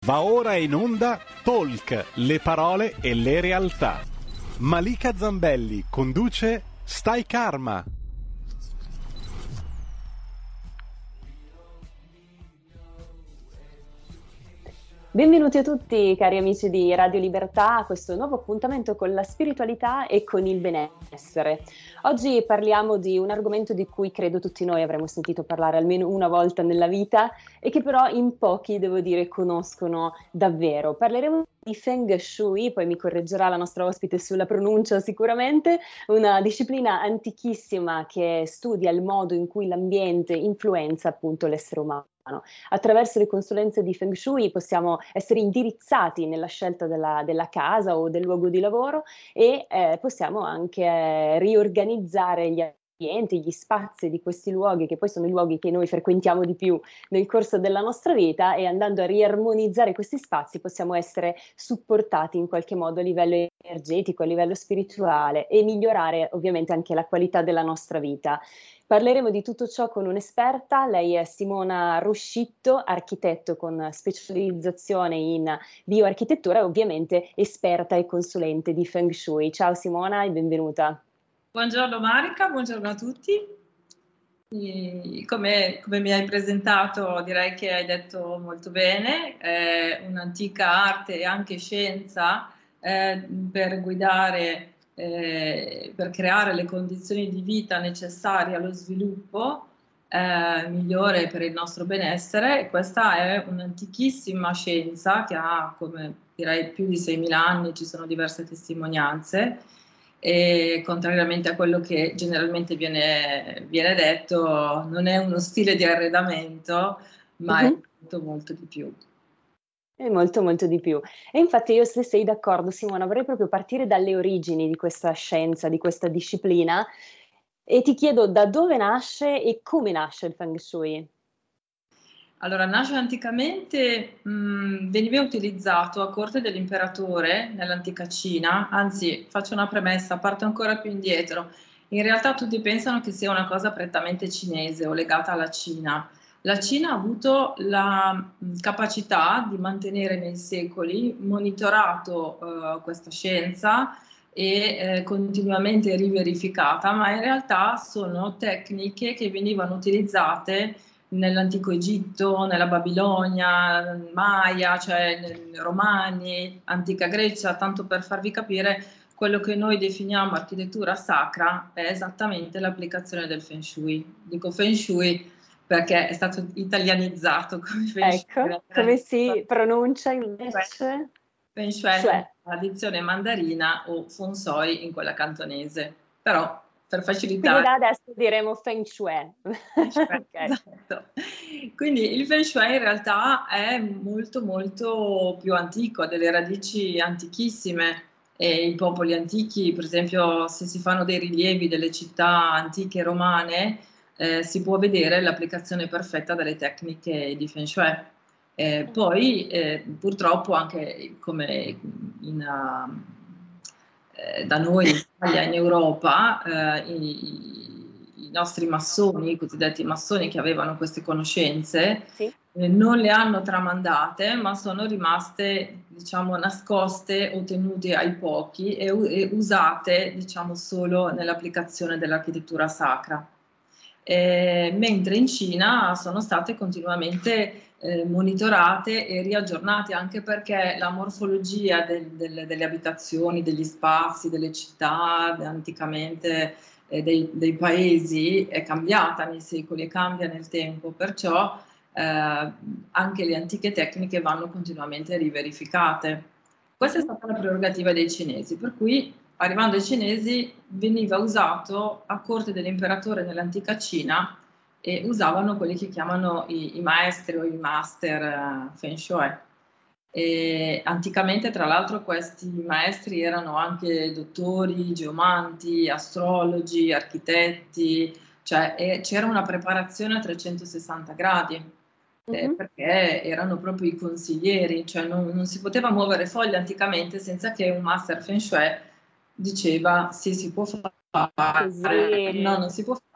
Va ora in onda Talk, le parole e le realtà. Malika Zambelli conduce Stai Karma. Benvenuti a tutti cari amici di Radio Libertà a questo nuovo appuntamento con la spiritualità e con il benessere. Oggi parliamo di un argomento di cui credo tutti noi avremmo sentito parlare almeno una volta nella vita e che però in pochi, devo dire, conoscono davvero. Parleremo di Feng Shui, poi mi correggerà la nostra ospite sulla pronuncia sicuramente, una disciplina antichissima che studia il modo in cui l'ambiente influenza appunto l'essere umano. Attraverso le consulenze di Feng Shui possiamo essere indirizzati nella scelta della casa o del luogo di lavoro e possiamo anche riorganizzare gli ambienti, gli spazi di questi luoghi, che poi sono i luoghi che noi frequentiamo di più nel corso della nostra vita, e andando a riarmonizzare questi spazi possiamo essere supportati in qualche modo a livello energetico, a livello spirituale e migliorare ovviamente anche la qualità della nostra vita. Parleremo di tutto ciò con un'esperta, lei è Simona Ruscitto, architetto con specializzazione in bioarchitettura e ovviamente esperta e consulente di Feng Shui. Ciao Simona e benvenuta. Buongiorno Marica, buongiorno a tutti. Come mi hai presentato, direi che hai detto molto bene, è un'antica arte e anche scienza per guidare, per creare le condizioni di vita necessarie allo sviluppo migliore per il nostro benessere. Questa è un'antichissima scienza che ha, come direi, più di 6.000 anni, ci sono diverse testimonianze. E contrariamente a quello che generalmente viene detto, non è uno stile di arredamento, ma è molto di più. E molto di più. E infatti io, se sei d'accordo Simona, vorrei proprio partire dalle origini di questa scienza, di questa disciplina, e ti chiedo da dove nasce e come nasce il Feng Shui. Allora, nasce anticamente, veniva utilizzato a corte dell'imperatore nell'antica Cina, anzi faccio una premessa, parto ancora più indietro. In realtà tutti pensano che sia una cosa prettamente cinese o legata alla Cina. La Cina ha avuto la capacità di mantenere nei secoli monitorato questa scienza e continuamente riverificata, ma in realtà sono tecniche che venivano utilizzate nell'antico Egitto, nella Babilonia, Maya, cioè Romani, antica Grecia, tanto per farvi capire quello che noi definiamo architettura sacra è esattamente l'applicazione del Feng Shui. Dico Feng Shui perché è stato italianizzato come Feng Shui. Ecco, come si pronuncia invece? Feng Shui è la dizione mandarina o Feng Shui in quella cantonese, però per facilitare. Quindi da adesso diremo Feng Shui. Okay. Esatto. Quindi il Feng Shui in realtà è molto più antico, ha delle radici antichissime, e i popoli antichi, per esempio, se si fanno dei rilievi delle città antiche romane, si può vedere l'applicazione perfetta delle tecniche di Feng Shui. Poi purtroppo anche come da noi in Italia, in Europa, i nostri massoni, i cosiddetti massoni che avevano queste conoscenze, sì, non le hanno tramandate, ma sono rimaste, diciamo, nascoste o tenute ai pochi e usate, diciamo, solo nell'applicazione dell'architettura sacra. Mentre in Cina sono state continuamente monitorate e riaggiornate, anche perché la morfologia delle abitazioni, degli spazi, delle città, anticamente dei paesi è cambiata nei secoli e cambia nel tempo, perciò anche le antiche tecniche vanno continuamente riverificate. Questa è stata la prerogativa dei cinesi, per cui arrivando ai cinesi veniva usato a corte dell'imperatore nell'antica Cina e usavano quelli che chiamano i maestri o i master Feng Shui. E anticamente, tra l'altro, questi maestri erano anche dottori, geomanti, astrologi, architetti, cioè c'era una preparazione a 360 gradi. Perché erano proprio i consiglieri, cioè non si poteva muovere foglia anticamente senza che un master Feng Shui diceva sì, si può fare, così, no, non si può fare.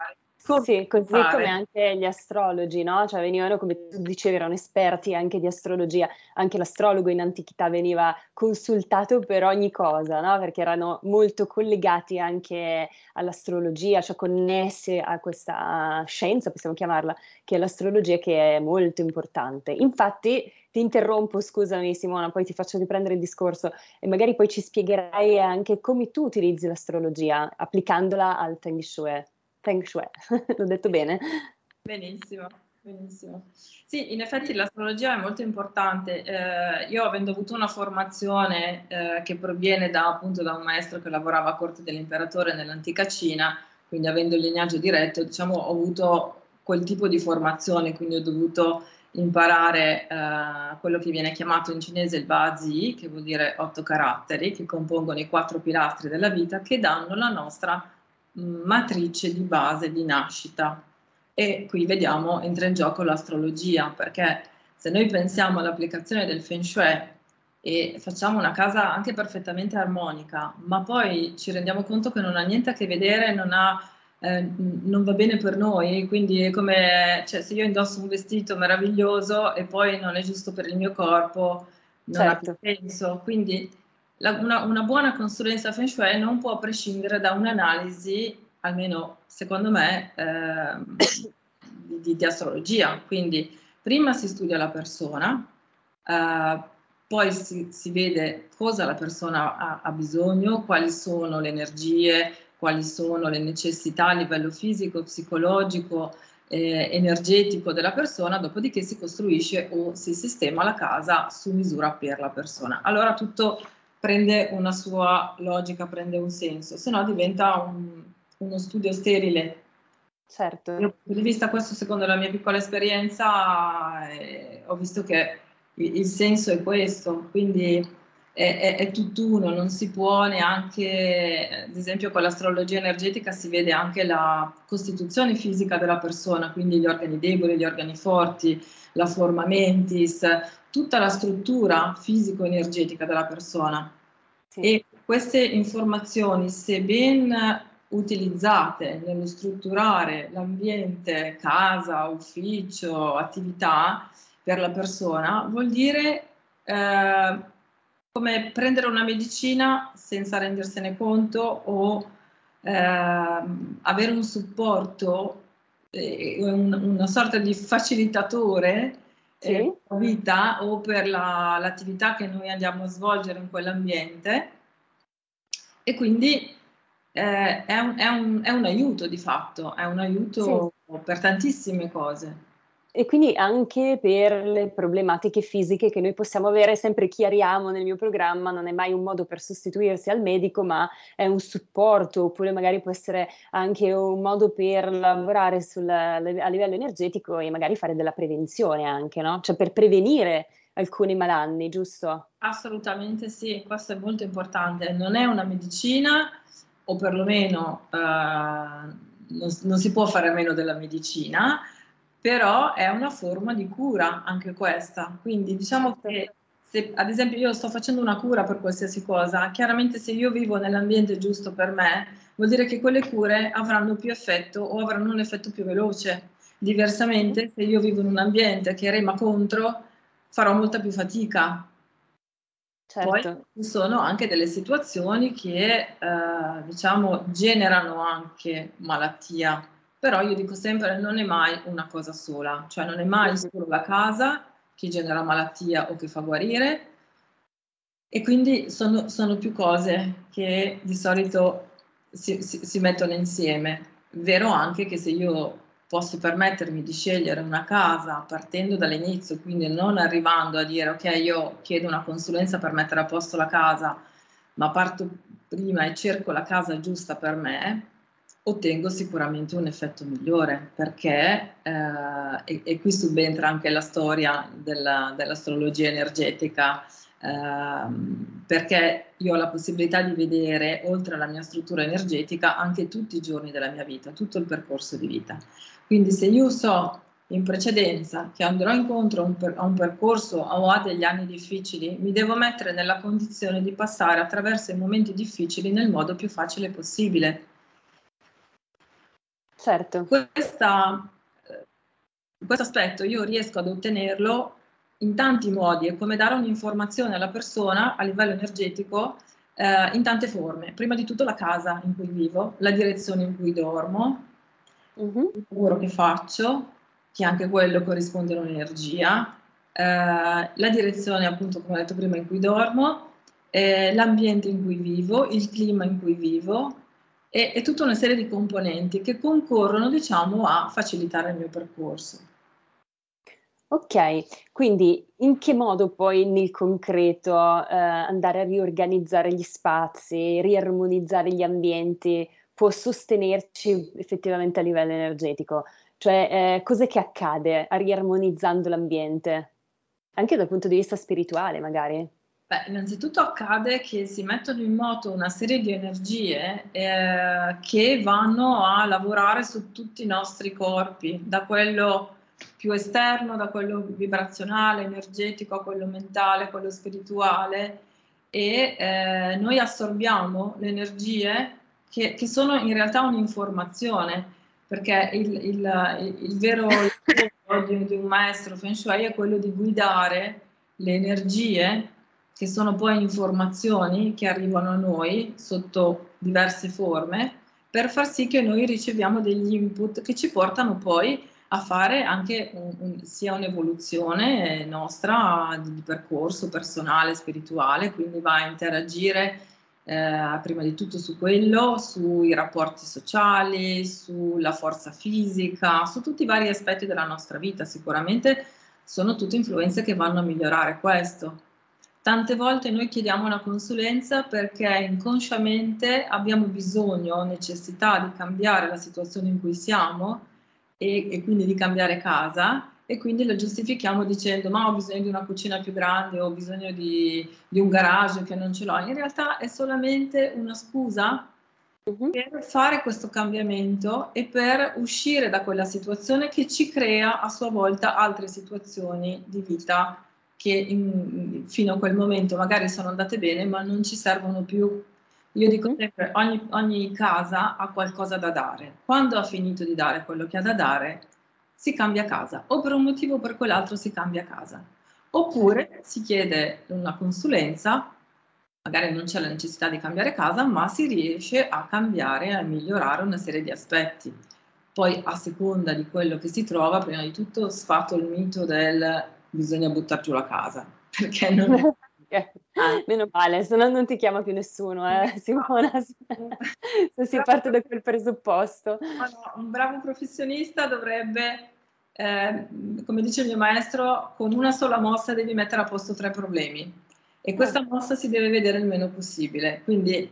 Sì, così come anche gli astrologi, no? Cioè venivano, come tu dicevi, erano esperti anche di astrologia. Anche l'astrologo in antichità veniva consultato per ogni cosa, no? Perché erano molto collegati anche all'astrologia, cioè connesse a questa scienza, possiamo chiamarla, che è l'astrologia, che è molto importante. Infatti, ti interrompo, scusami Simona, poi ti faccio riprendere il discorso e magari poi ci spiegherai anche come tu utilizzi l'astrologia applicandola al Feng Shui. Feng Shui, l'ho detto bene? Benissimo, benissimo. Sì, in effetti l'astrologia è molto importante. Io avendo avuto una formazione che proviene appunto da un maestro che lavorava a corte dell'imperatore nell'antica Cina, quindi avendo il lignaggio diretto, diciamo, ho avuto quel tipo di formazione, quindi ho dovuto imparare quello che viene chiamato in cinese il Ba Zi, che vuol dire 8 caratteri, che compongono i 4 pilastri della vita, che danno la nostra matrice di base di nascita. E qui vediamo, entra in gioco l'astrologia, perché se noi pensiamo all'applicazione del Feng Shui e facciamo una casa anche perfettamente armonica, ma poi ci rendiamo conto che non ha niente a che vedere, non va bene per noi, quindi è come, cioè, se io indosso un vestito meraviglioso e poi non è giusto per il mio corpo, non ha più senso. Quindi una buona consulenza Feng Shui non può prescindere da un'analisi, almeno secondo me, di astrologia. Quindi prima si studia la persona, poi si vede cosa la persona ha bisogno, quali sono le energie, quali sono le necessità a livello fisico, psicologico, energetico della persona, dopodiché si costruisce o si sistema la casa su misura per la persona. Allora tutto prende una sua logica, prende un senso, se no diventa uno studio sterile. Certo. Dal punto di vista questo, secondo la mia piccola esperienza, ho visto che il senso è questo, quindi è tutt'uno, non si può neanche, ad esempio con l'astrologia energetica si vede anche la costituzione fisica della persona, quindi gli organi deboli, gli organi forti, la forma mentis, tutta la struttura fisico-energetica della persona. Sì. E queste informazioni, se ben utilizzate nello strutturare l'ambiente, casa, ufficio, attività per la persona, vuol dire come prendere una medicina senza rendersene conto o avere un supporto, una sorta di facilitatore per la vita o per l'attività che noi andiamo a svolgere in quell'ambiente, e quindi è un aiuto di fatto, è un aiuto per tantissime cose. E quindi anche per le problematiche fisiche che noi possiamo avere, sempre chiariamo nel mio programma, non è mai un modo per sostituirsi al medico, ma è un supporto, oppure magari può essere anche un modo per lavorare a livello energetico e magari fare della prevenzione anche, no? Cioè per prevenire alcuni malanni, giusto? Assolutamente sì, questo è molto importante. Non è una medicina, o perlomeno non si può fare a meno della medicina, però è una forma di cura anche questa. Quindi diciamo che se ad esempio io sto facendo una cura per qualsiasi cosa, chiaramente se io vivo nell'ambiente giusto per me, vuol dire che quelle cure avranno più effetto o avranno un effetto più veloce. Diversamente, se io vivo in un ambiente che rema contro, farò molta più fatica. Certo. Poi ci sono anche delle situazioni che diciamo generano anche malattia, però io dico sempre non è mai una cosa sola, cioè non è mai solo la casa che genera malattia o che fa guarire, e quindi sono più cose che di solito si mettono insieme. Vero anche che se io posso permettermi di scegliere una casa partendo dall'inizio, quindi non arrivando a dire ok, io chiedo una consulenza per mettere a posto la casa, ma parto prima e cerco la casa giusta per me, ottengo sicuramente un effetto migliore, perché, e qui subentra anche la storia dell'astrologia energetica, perché io ho la possibilità di vedere, oltre alla mia struttura energetica, anche tutti i giorni della mia vita, tutto il percorso di vita. Quindi se io so in precedenza che andrò incontro a un percorso o a degli anni difficili, mi devo mettere nella condizione di passare attraverso i momenti difficili nel modo più facile possibile. Certo. Questo aspetto io riesco ad ottenerlo in tanti modi, è come dare un'informazione alla persona a livello energetico in tante forme. Prima di tutto la casa in cui vivo, la direzione in cui dormo, il lavoro che faccio, che anche quello corrisponde a un'energia, la direzione appunto come ho detto prima in cui dormo, l'ambiente in cui vivo, il clima in cui vivo e tutta una serie di componenti che concorrono, diciamo, a facilitare il mio percorso. Ok, quindi in che modo poi nel concreto andare a riorganizzare gli spazi, riarmonizzare gli ambienti può sostenerci effettivamente a livello energetico? Cioè, cos'è che accade a riarmonizzando l'ambiente? Anche dal punto di vista spirituale, magari. Beh, innanzitutto accade che si mettono in moto una serie di energie che vanno a lavorare su tutti i nostri corpi, da quello più esterno, da quello vibrazionale, energetico, a quello mentale, a quello spirituale e noi assorbiamo le energie che sono in realtà un'informazione, perché il vero lavoro di un maestro Feng Shui è quello di guidare le energie che sono poi informazioni che arrivano a noi sotto diverse forme, per far sì che noi riceviamo degli input che ci portano poi a fare anche sia un'evoluzione nostra di percorso personale, spirituale, quindi va a interagire prima di tutto su quello, sui rapporti sociali, sulla forza fisica, su tutti i vari aspetti della nostra vita. Sicuramente sono tutte influenze che vanno a migliorare questo. Tante volte noi chiediamo una consulenza perché inconsciamente abbiamo bisogno, necessità di cambiare la situazione in cui siamo e quindi di cambiare casa e quindi lo giustifichiamo dicendo ma ho bisogno di una cucina più grande, ho bisogno di un garage che non ce l'ho. In realtà è solamente una scusa per fare questo cambiamento e per uscire da quella situazione che ci crea a sua volta altre situazioni di vita che fino a quel momento magari sono andate bene ma non ci servono più. Io dico sempre, ogni casa ha qualcosa da dare. Quando ha finito di dare quello che ha da dare, si cambia casa. O per un motivo o per quell'altro si cambia casa. Oppure si chiede una consulenza, magari non c'è la necessità di cambiare casa, ma si riesce a cambiare, a migliorare una serie di aspetti. Poi a seconda di quello che si trova, prima di tutto sfatto il mito del bisogna buttare giù la casa, perché non è... Meno male, se no non ti chiama più nessuno, Simona, se si parte da quel presupposto. No, un bravo professionista dovrebbe, come dice il mio maestro, con una sola mossa devi mettere a posto 3 problemi e questa mossa si deve vedere il meno possibile, quindi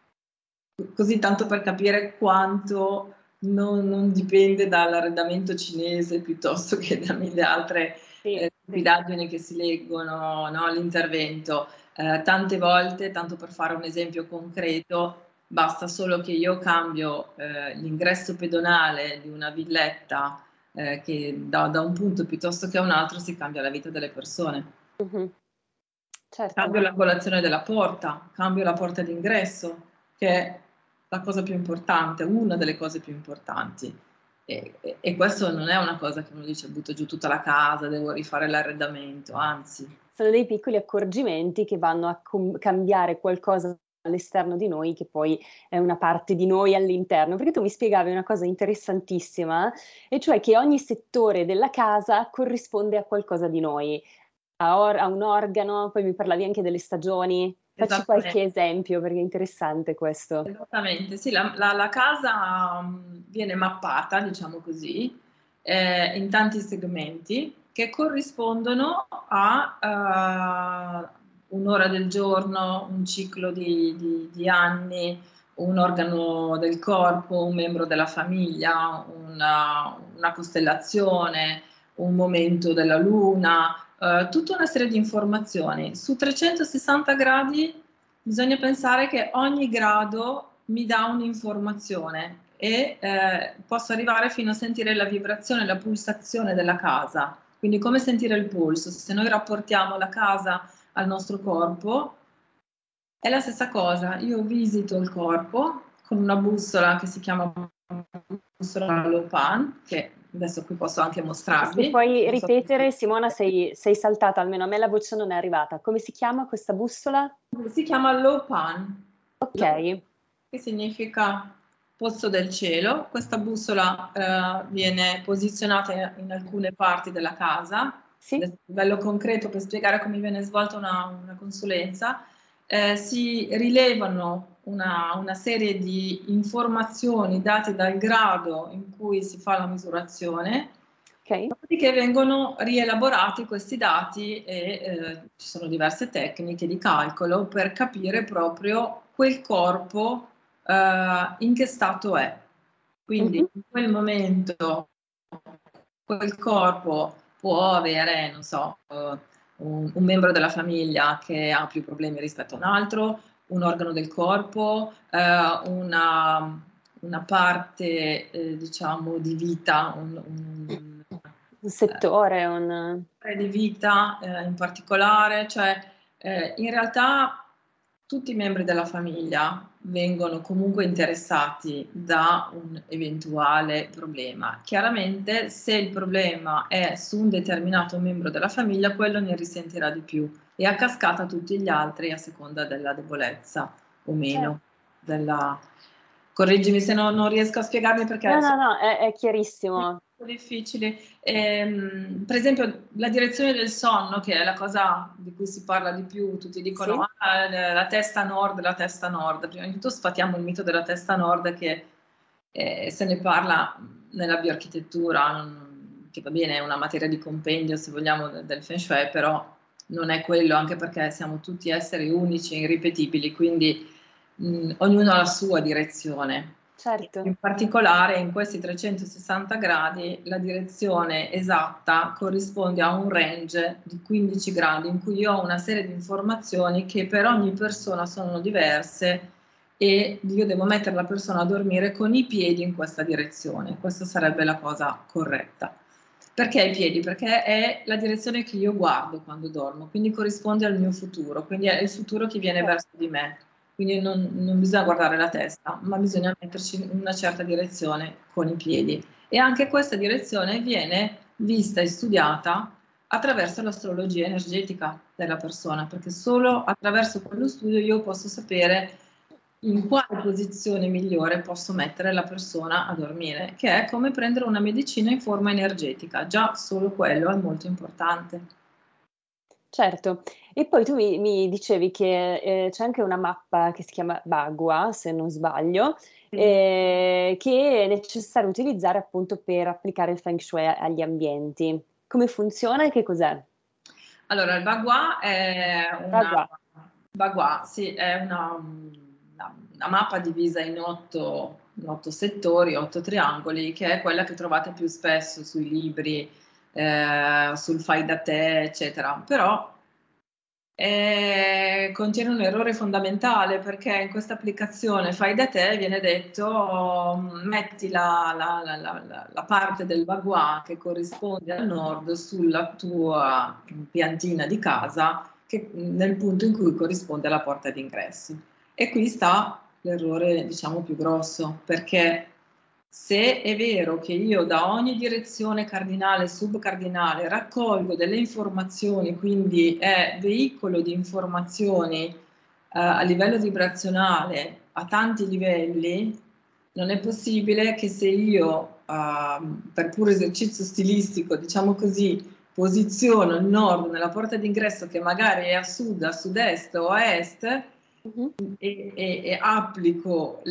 così tanto per capire quanto non dipende dall'arredamento cinese piuttosto che da mille altre stupidaggini che si leggono, no? L'intervento. Tante volte, tanto per fare un esempio concreto, basta solo che io cambio l'ingresso pedonale di una villetta che da un punto piuttosto che a un altro si cambia la vita delle persone. Certo. Cambio l'angolazione della porta, cambio la porta d'ingresso, che è la cosa più importante, una delle cose più importanti. E questo non è una cosa che uno dice butto giù tutta la casa, devo rifare l'arredamento, anzi. Sono dei piccoli accorgimenti che vanno a cambiare qualcosa all'esterno di noi che poi è una parte di noi all'interno, perché tu mi spiegavi una cosa interessantissima, e cioè che ogni settore della casa corrisponde a qualcosa di noi, a un organo, poi mi parlavi anche delle stagioni. Facci qualche esempio perché è interessante questo. Esattamente, sì, la casa viene mappata, diciamo così, in tanti segmenti che corrispondono a un'ora del giorno, un ciclo di anni, un organo del corpo, un membro della famiglia, una costellazione, un momento della luna, tutta una serie di informazioni. Su 360 gradi bisogna pensare che ogni grado mi dà un'informazione e posso arrivare fino a sentire la vibrazione, la pulsazione della casa. Quindi come sentire il polso. Se noi rapportiamo la casa al nostro corpo, è la stessa cosa. Io visito il corpo con una bussola che si chiama bussola Lopan, che adesso qui posso anche mostrarvi. Se puoi ripetere, Simona, sei saltata, almeno a me la voce non è arrivata. Come si chiama questa bussola? Si chiama Lopan. Ok. Che significa posto del cielo. Questa bussola viene posizionata in alcune parti della casa. Sì. A livello concreto, per spiegare come viene svolta una consulenza, si rilevano una serie di informazioni date dal grado in cui si fa la misurazione, dopodiché vengono rielaborati questi dati e ci sono diverse tecniche di calcolo per capire proprio quel corpo in che stato è. Quindi in quel momento quel corpo può avere, non so, un membro della famiglia che ha più problemi rispetto a un altro, un organo del corpo, una parte, diciamo, di vita, un settore, di vita in particolare, cioè in realtà tutti i membri della famiglia vengono comunque interessati da un eventuale problema. Chiaramente se il problema è su un determinato membro della famiglia, quello ne risentirà di più e a cascata tutti gli altri a seconda della debolezza o meno. Correggimi se non riesco a spiegarmi perché... No, è chiarissimo. Difficile. Per esempio la direzione del sonno, che è la cosa di cui si parla di più, tutti dicono la testa nord, la testa nord. Prima di tutto sfatiamo il mito della testa nord, che se ne parla nella bioarchitettura, che va bene, è una materia di compendio se vogliamo del Feng Shui, però non è quello, anche perché siamo tutti esseri unici e irripetibili, quindi ognuno ha la sua direzione. Certo. In particolare in questi 360 gradi la direzione esatta corrisponde a un range di 15 gradi in cui io ho una serie di informazioni che per ogni persona sono diverse e io devo mettere la persona a dormire con i piedi in questa direzione. Questa sarebbe la cosa corretta. Perché i piedi? Perché è la direzione che io guardo quando dormo, quindi corrisponde al mio futuro, quindi è il futuro che viene verso di me. Quindi non bisogna guardare la testa, ma bisogna metterci in una certa direzione con i piedi. E anche questa direzione viene vista e studiata attraverso l'astrologia energetica della persona, perché solo attraverso quello studio io posso sapere in quale posizione migliore posso mettere la persona a dormire, che è come prendere una medicina in forma energetica. Già solo quello è molto importante. Certo, e poi tu mi dicevi che c'è anche una mappa che si chiama Bagua, se non sbaglio, che è necessario utilizzare appunto per applicare il Feng Shui agli ambienti. Come funziona e che cos'è? Allora, il Bagua è una mappa divisa in 8 settori, 8 triangoli, che è quella che trovate più spesso sui libri, sul fai da te, eccetera. Però contiene un errore fondamentale, perché in questa applicazione fai da te viene detto metti la parte del Bagua che corrisponde al nord sulla tua piantina di casa, nel punto in cui corrisponde alla porta d'ingresso. E qui sta l'errore, diciamo, più grosso, perché se è vero che io da ogni direzione cardinale e subcardinale raccolgo delle informazioni, quindi è veicolo di informazioni a livello vibrazionale a tanti livelli, non è possibile che se io per puro esercizio stilistico, diciamo così, posiziono il nord nella porta d'ingresso che magari è a sud, a sud-est o a est, e applico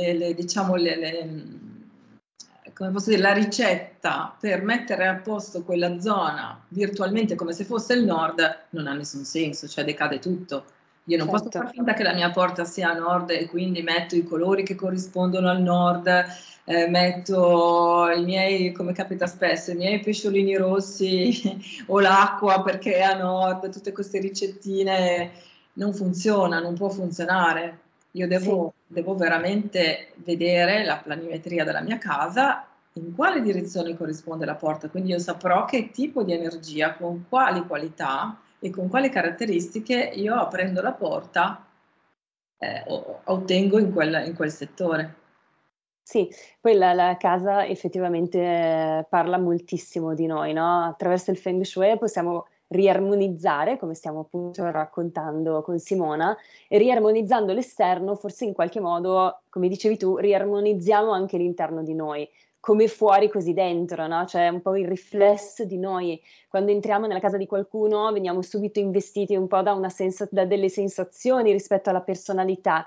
come posso dire, la ricetta per mettere a posto quella zona virtualmente come se fosse il nord, non ha nessun senso, cioè decade tutto. Io non posso far finta che la mia porta sia a nord e quindi metto i colori che corrispondono al nord, metto i miei, come capita spesso, i miei pesciolini rossi o l'acqua perché è a nord, tutte queste ricettine. Non funziona, non può funzionare. Io devo veramente vedere la planimetria della mia casa, in quale direzione corrisponde la porta, quindi io saprò che tipo di energia, con quali qualità e con quali caratteristiche io aprendo la porta ottengo in quel settore. Sì, poi la casa effettivamente parla moltissimo di noi, no? Attraverso il Feng Shui possiamo riarmonizzare, come stiamo appunto raccontando con Simona, e riarmonizzando l'esterno, forse in qualche modo, come dicevi tu, riarmonizziamo anche l'interno di noi, come fuori così dentro, no? Cioè un po' il riflesso di noi. Quando entriamo nella casa di qualcuno veniamo subito investiti un po' da delle sensazioni rispetto alla personalità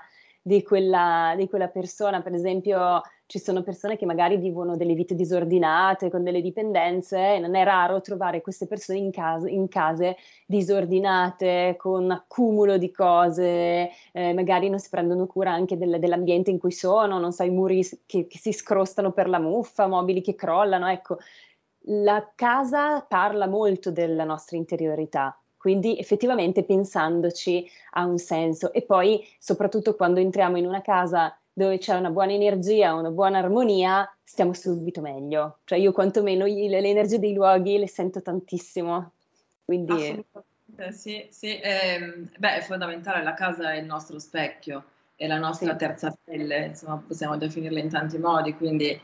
di quella persona. Per esempio, ci sono persone che magari vivono delle vite disordinate, con delle dipendenze, e non è raro trovare queste persone in case disordinate, con accumulo di cose, magari non si prendono cura anche dell'ambiente in cui sono, non so, i muri che si scrostano per la muffa, mobili che crollano, ecco. La casa parla molto della nostra interiorità, quindi effettivamente pensandoci ha un senso. E poi, soprattutto quando entriamo in una casa dove c'è una buona energia, una buona armonia, stiamo subito meglio. Cioè io quantomeno le energie dei luoghi le sento tantissimo. Quindi assolutamente, sì, sì. Beh, è fondamentale, la casa è il nostro specchio, è la nostra sì, terza pelle, insomma, possiamo definirla in tanti modi, quindi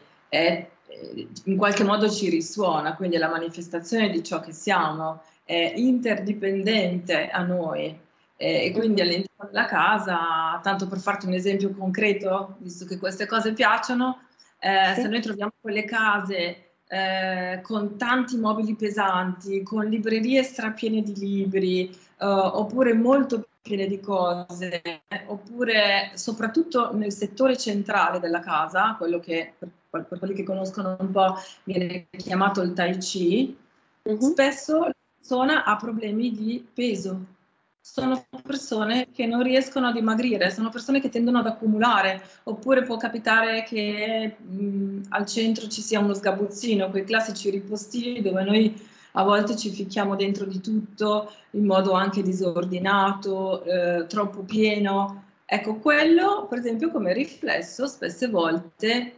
in qualche modo ci risuona, quindi è la manifestazione di ciò che siamo, è interdipendente a noi. E quindi all'interno della casa, tanto per farti un esempio concreto, visto che queste cose piacciono, sì, se noi troviamo quelle case con tanti mobili pesanti, con librerie strapiene di libri, oppure molto piene di cose, oppure soprattutto nel settore centrale della casa, quello che per quelli che conoscono un po' viene chiamato il Tai Chi, spesso la persona ha problemi di peso. Sono persone che non riescono a dimagrire, sono persone che tendono ad accumulare, oppure può capitare che al centro ci sia uno sgabuzzino, quei classici ripostini dove noi a volte ci ficchiamo dentro di tutto in modo anche disordinato, troppo pieno. Ecco, quello per esempio come riflesso spesse volte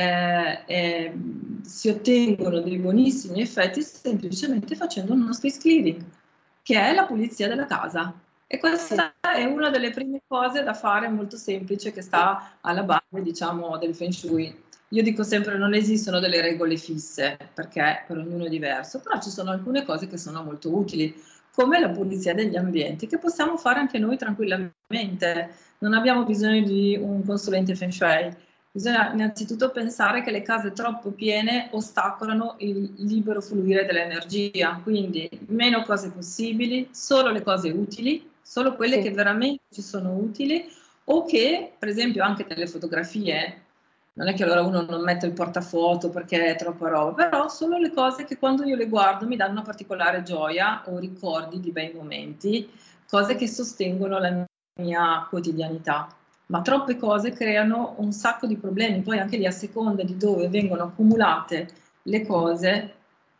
si ottengono dei buonissimi effetti semplicemente facendo uno space clearing, che è la pulizia della casa. E questa è una delle prime cose da fare, molto semplice, che sta alla base, diciamo, del Feng Shui. Io dico sempre non esistono delle regole fisse, perché per ognuno è diverso, però ci sono alcune cose che sono molto utili, come la pulizia degli ambienti, che possiamo fare anche noi tranquillamente. Non abbiamo bisogno di un consulente Feng Shui. Bisogna innanzitutto pensare che le case troppo piene ostacolano il libero fluire dell'energia, quindi meno cose possibili, solo le cose utili, solo quelle che veramente ci sono utili, o che, per esempio, anche nelle fotografie, non è che allora uno non mette il portafoto perché è troppa roba, però solo le cose che quando io le guardo mi danno una particolare gioia o ricordi di bei momenti, cose che sostengono la mia quotidianità. Ma troppe cose creano un sacco di problemi, poi anche lì a seconda di dove vengono accumulate le cose,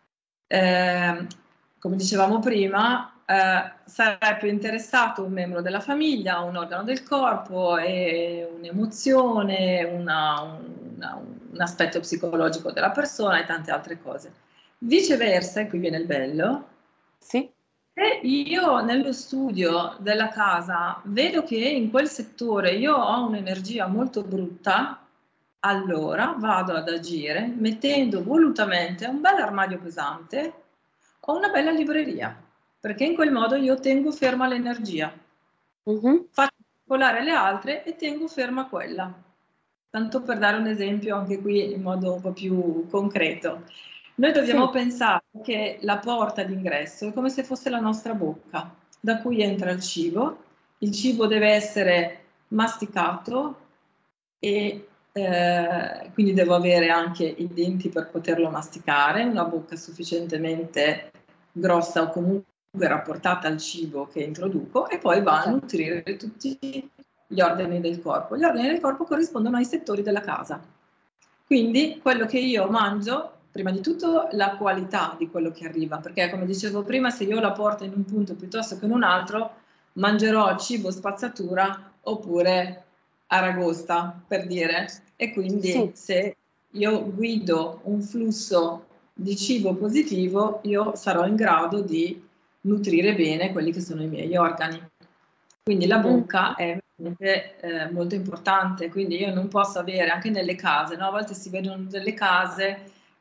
come dicevamo prima, sarà più interessato un membro della famiglia, un organo del corpo, e un'emozione, un aspetto psicologico della persona e tante altre cose. Viceversa, e qui viene il bello, sì. se io nello studio della casa vedo che in quel settore io ho un'energia molto brutta, allora vado ad agire mettendo volutamente un bel armadio pesante o una bella libreria, perché in quel modo io tengo ferma l'energia. Faccio circolare le altre e tengo ferma quella. Tanto per dare un esempio anche qui in modo un po' più concreto. Noi dobbiamo pensare che la porta d'ingresso è come se fosse la nostra bocca, da cui entra il cibo deve essere masticato e quindi devo avere anche i denti per poterlo masticare, una bocca sufficientemente grossa o comunque rapportata al cibo che introduco, e poi va a nutrire tutti gli organi del corpo. Gli organi del corpo corrispondono ai settori della casa. Quindi quello che io mangio, prima di tutto la qualità di quello che arriva, perché come dicevo prima, se io la porto in un punto piuttosto che in un altro, mangerò cibo spazzatura oppure aragosta, per dire. E quindi se io guido un flusso di cibo positivo, io sarò in grado di nutrire bene quelli che sono i miei organi. Quindi la bocca è molto importante, quindi io non posso avere, anche nelle case, no? A volte si vedono delle case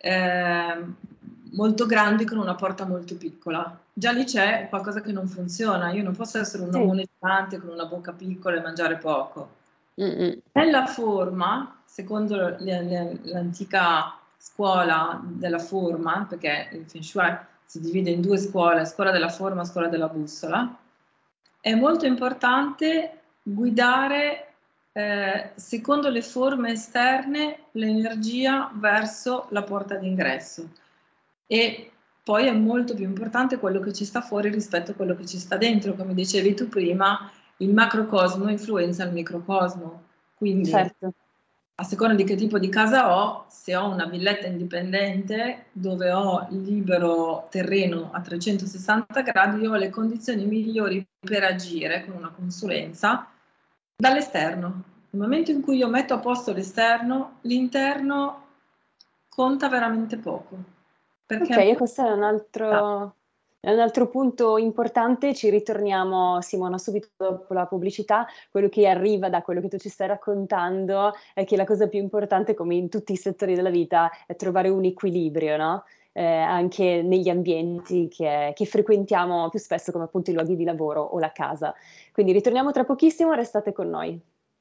molto grandi con una porta molto piccola. Già lì c'è qualcosa che non funziona, io non posso essere un omone gigante con una bocca piccola e mangiare poco. Nella forma, secondo l'antica scuola della forma, perché il Feng Shui si divide in due scuole, scuola della forma, scuola della bussola, è molto importante guidare secondo le forme esterne l'energia verso la porta d'ingresso, e poi è molto più importante quello che ci sta fuori rispetto a quello che ci sta dentro. Come dicevi tu prima, il macrocosmo influenza il microcosmo, quindi certo, a seconda di che tipo di casa ho, se ho una villetta indipendente dove ho libero terreno a 360 gradi, io ho le condizioni migliori per agire con una consulenza dall'esterno. Nel momento in cui io metto a posto l'esterno, l'interno conta veramente poco. Ok, questo è un altro punto importante. Ci ritorniamo, Simona, subito dopo la pubblicità. Quello che arriva da quello che tu ci stai raccontando è che la cosa più importante, come in tutti i settori della vita, è trovare un equilibrio, no? Anche negli ambienti che frequentiamo più spesso, come appunto i luoghi di lavoro o la casa. Quindi ritorniamo tra pochissimo, restate con noi.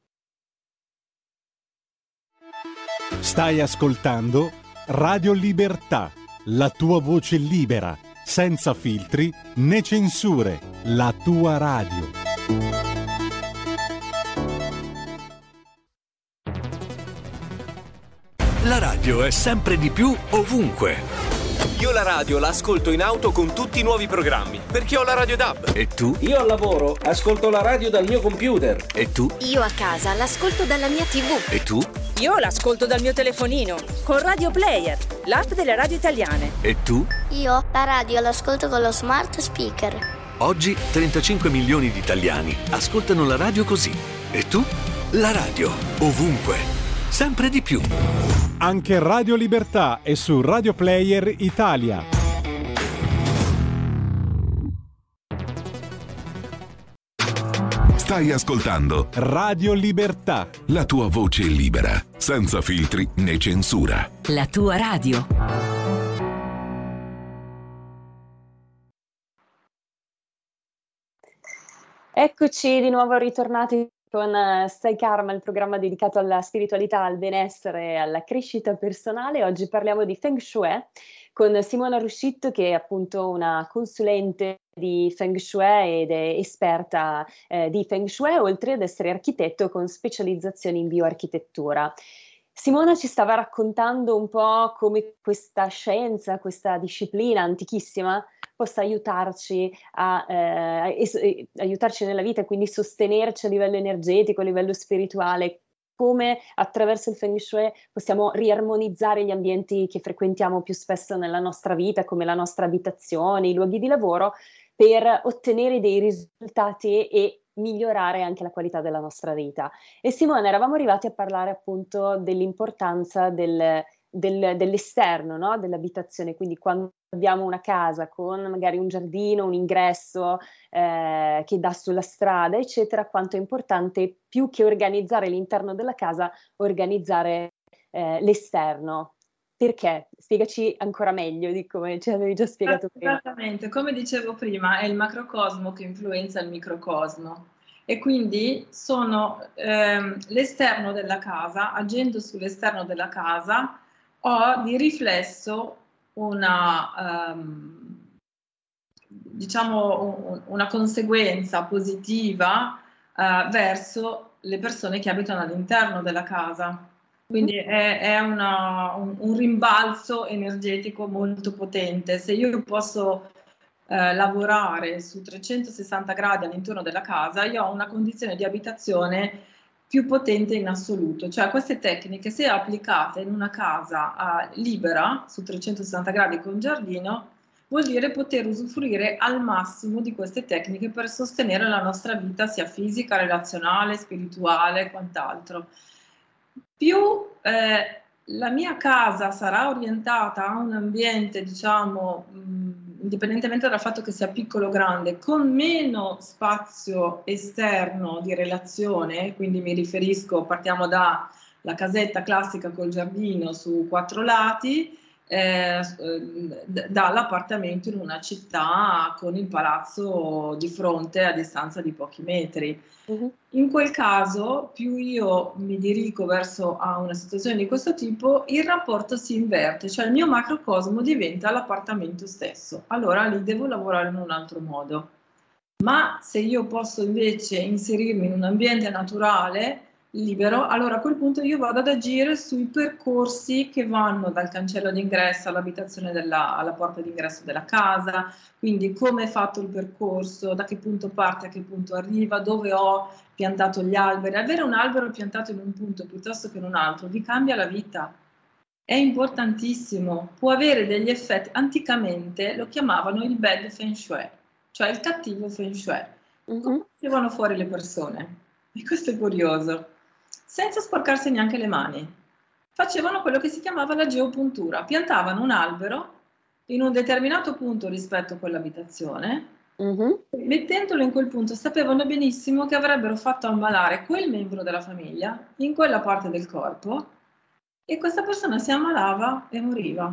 Stai ascoltando Radio Libertà, la tua voce libera, senza filtri né censure, la tua radio. La radio è sempre di più ovunque. Io la radio la ascolto in auto con tutti i nuovi programmi, perché ho la Radio DAB. E tu? Io al lavoro ascolto la radio dal mio computer. E tu? Io a casa l'ascolto dalla mia TV. E tu? Io l'ascolto dal mio telefonino, con Radio Player, l'app delle radio italiane. E tu? Io la radio l'ascolto con lo smart speaker. Oggi 35 milioni di italiani ascoltano la radio così. E tu? La radio, ovunque, sempre di più. Anche Radio Libertà è su Radio Player Italia. Stai ascoltando Radio Libertà, la tua voce libera, senza filtri né censura. La tua radio. Eccoci di nuovo ritornati con Stai Karma, il programma dedicato alla spiritualità, al benessere e alla crescita personale. Oggi parliamo di Feng Shui con Simona Ruscitto, che è appunto una consulente di Feng Shui ed è esperta di Feng Shui, oltre ad essere architetto con specializzazione in bioarchitettura. Simona ci stava raccontando un po' come questa scienza, questa disciplina antichissima possa aiutarci aiutarci nella vita e quindi sostenerci a livello energetico, a livello spirituale, come attraverso il Feng Shui possiamo riarmonizzare gli ambienti che frequentiamo più spesso nella nostra vita, come la nostra abitazione, i luoghi di lavoro, per ottenere dei risultati e migliorare anche la qualità della nostra vita. E Simone, eravamo arrivati a parlare appunto dell'importanza dell'esterno, no? Dell'abitazione, quindi quando abbiamo una casa con magari un giardino, un ingresso che dà sulla strada, eccetera, quanto è importante, più che organizzare l'interno della casa, organizzare l'esterno. Perché? Spiegaci ancora meglio di come ci avevi già spiegato prima. Esattamente, come dicevo prima, è il macrocosmo che influenza il microcosmo, e quindi sono l'esterno della casa. Agendo sull'esterno della casa ho di riflesso una conseguenza positiva verso le persone che abitano all'interno della casa. Quindi è un rimbalzo energetico molto potente. Se io posso lavorare su 360 gradi all'interno della casa, io ho una condizione di abitazione più potente in assoluto. Cioè queste tecniche, se applicate in una casa libera, su 360 gradi con giardino, vuol dire poter usufruire al massimo di queste tecniche per sostenere la nostra vita sia fisica, relazionale, spirituale e quant'altro. Più la mia casa sarà orientata a un ambiente, diciamo, indipendentemente dal fatto che sia piccolo o grande, con meno spazio esterno di relazione, quindi mi riferisco, partiamo dalla casetta classica col giardino su 4 lati, dall'appartamento in una città con il palazzo di fronte a distanza di pochi metri. In quel caso, più io mi dirigo verso a una situazione di questo tipo, il rapporto si inverte, cioè il mio macrocosmo diventa l'appartamento stesso. Allora lì devo lavorare in un altro modo. Ma se io posso invece inserirmi in un ambiente naturale, libero, allora a quel punto io vado ad agire sui percorsi che vanno dal cancello d'ingresso all'abitazione alla porta d'ingresso della casa, quindi come è fatto il percorso, da che punto parte, a che punto arriva, dove ho piantato gli alberi. Avere un albero piantato in un punto piuttosto che in un altro vi cambia la vita, è importantissimo, può avere degli effetti. Anticamente lo chiamavano il bad feng shui, cioè il cattivo feng shui, come facevano fuori le persone, e questo è curioso, senza sporcarsi neanche le mani. Facevano quello che si chiamava la geopuntura, piantavano un albero in un determinato punto rispetto a quell'abitazione, mettendolo in quel punto sapevano benissimo che avrebbero fatto ammalare quel membro della famiglia in quella parte del corpo, e questa persona si ammalava e moriva.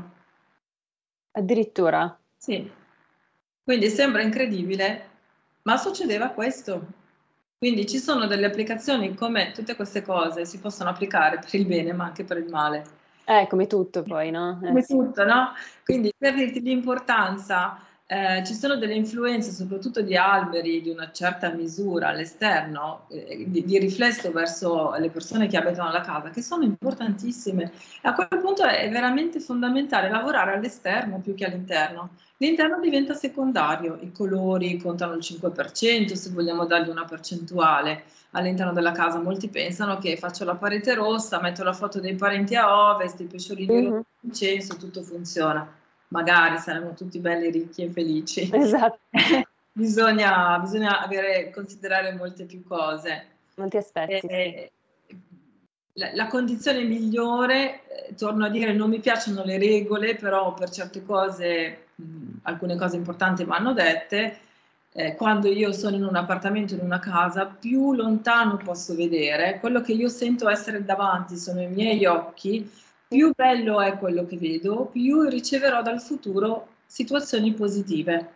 Addirittura? Sì. Quindi sembra incredibile, ma succedeva questo. Quindi ci sono delle applicazioni, come tutte queste cose si possono applicare per il bene ma anche per il male. Come tutto poi, no? Come tutto, no? Quindi per dirti l'importanza, ci sono delle influenze soprattutto di alberi di una certa misura all'esterno, di riflesso verso le persone che abitano la casa, che sono importantissime. A quel punto è veramente fondamentale lavorare all'esterno più che all'interno. L'interno diventa secondario, i colori contano il 5%, se vogliamo dargli una percentuale all'interno della casa. Molti pensano che faccio la parete rossa, metto la foto dei parenti a ovest, i pesciolini rossi, incenso, tutto funziona. Magari saremo tutti belli, ricchi e felici. Esatto. Bisogna considerare molte più cose. Molti aspetti. La condizione migliore, torno a dire, non mi piacciono le regole, però per certe cose, alcune cose importanti vanno dette. Quando io sono in un appartamento, in una casa, più lontano posso vedere, quello che io sento essere davanti sono i miei occhi, più bello è quello che vedo, più riceverò dal futuro situazioni positive.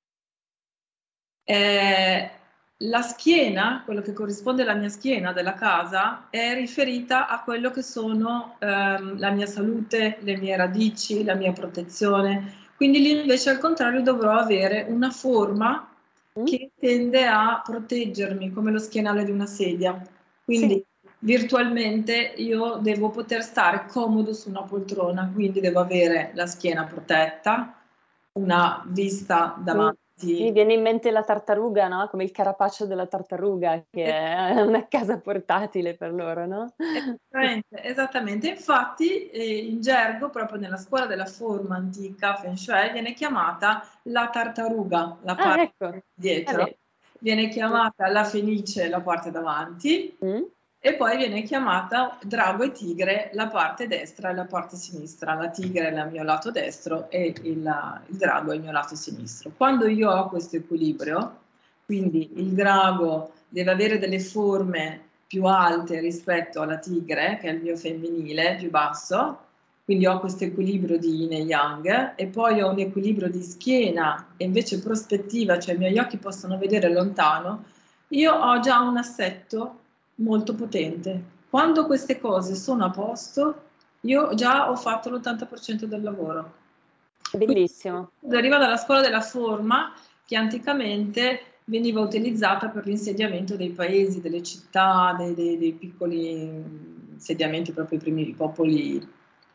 La schiena, quello che corrisponde alla mia schiena della casa, è riferita a quello che sono la mia salute, le mie radici, la mia protezione. Quindi lì invece al contrario dovrò avere una forma che tende a proteggermi, come lo schienale di una sedia. Quindi virtualmente io devo poter stare comodo su una poltrona, quindi devo avere la schiena protetta, una vista davanti. Mi viene in mente la tartaruga, no? Come il carapace della tartaruga, che è una casa portatile per loro, no? Esattamente. Infatti in gergo, proprio nella scuola della forma antica Feng Shui, viene chiamata la tartaruga, la parte dietro, viene chiamata la fenice, la parte davanti, e poi viene chiamata drago e tigre, la parte destra e la parte sinistra. La tigre è il mio lato destro e il drago è il mio lato sinistro. Quando io ho questo equilibrio, quindi il drago deve avere delle forme più alte rispetto alla tigre, che è il mio femminile, più basso, quindi ho questo equilibrio di yin e yang, e poi ho un equilibrio di schiena e invece prospettiva, cioè i miei occhi possono vedere lontano, io ho già un assetto molto potente. Quando queste cose sono a posto, io già ho fatto l'80% del lavoro. Bellissimo. Deriva dalla scuola della forma, che anticamente veniva utilizzata per l'insediamento dei paesi, delle città, dei piccoli insediamenti, proprio i primi popoli